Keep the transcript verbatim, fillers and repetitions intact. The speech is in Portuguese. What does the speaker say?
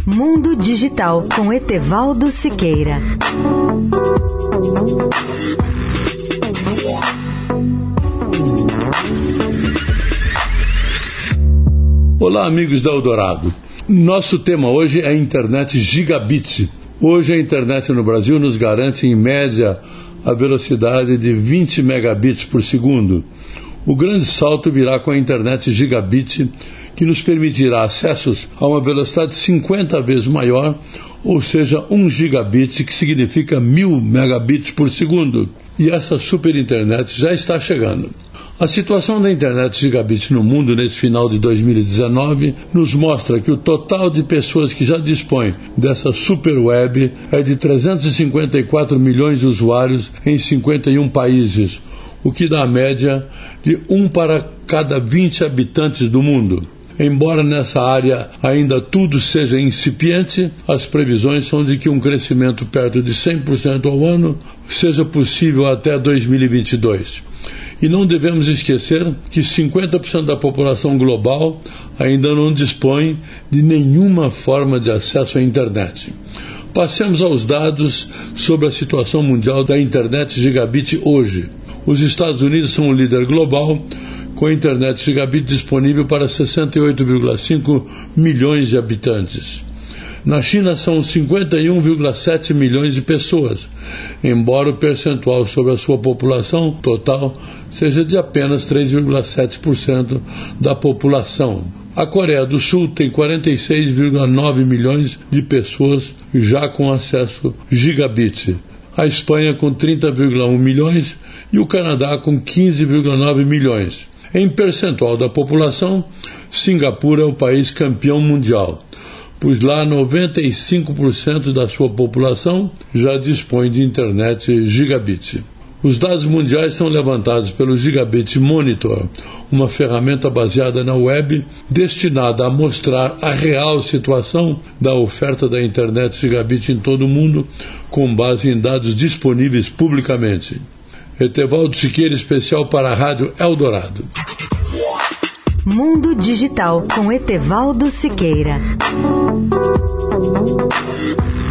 Mundo Digital com Etevaldo Siqueira. Olá, amigos da Eldorado. Nosso tema hoje é a internet gigabit. Hoje a internet no Brasil nos garante em média a velocidade de vinte megabits por segundo. O grande salto virá com a internet gigabit, que nos permitirá acessos a uma velocidade cinquenta vezes maior, ou seja, um gigabit, que significa mil megabits por segundo. E essa super internet já está chegando. A situação da internet gigabit no mundo nesse final de dois mil e dezenove nos mostra que o total de pessoas que já dispõem dessa super web é de trezentos e cinquenta e quatro milhões de usuários em cinquenta e um países, o que dá a média de um para cada vinte habitantes do mundo. Embora nessa área ainda tudo seja incipiente, as previsões são de que um crescimento perto de cem por cento ao ano seja possível até dois mil e vinte e dois. E não devemos esquecer que cinquenta por cento da população global ainda não dispõe de nenhuma forma de acesso à internet. Passemos aos dados sobre a situação mundial da internet gigabit hoje. Os Estados Unidos são o líder global, com a internet gigabit disponível para sessenta e oito vírgula cinco milhões de habitantes. Na China são cinquenta e um vírgula sete milhões de pessoas, embora o percentual sobre a sua população total seja de apenas três vírgula sete por cento da população. A Coreia do Sul tem quarenta e seis vírgula nove milhões de pessoas já com acesso gigabit. A Espanha com trinta vírgula um milhões e o Canadá com quinze vírgula nove milhões. Em percentual da população, Singapura é o país campeão mundial, pois lá noventa e cinco por cento da sua população já dispõe de internet gigabit. Os dados mundiais são levantados pelo Gigabit Monitor, uma ferramenta baseada na web destinada a mostrar a real situação da oferta da internet gigabit em todo o mundo, com base em dados disponíveis publicamente. Etevaldo Siqueira, especial para a Rádio Eldorado. Mundo Digital com Etevaldo Siqueira.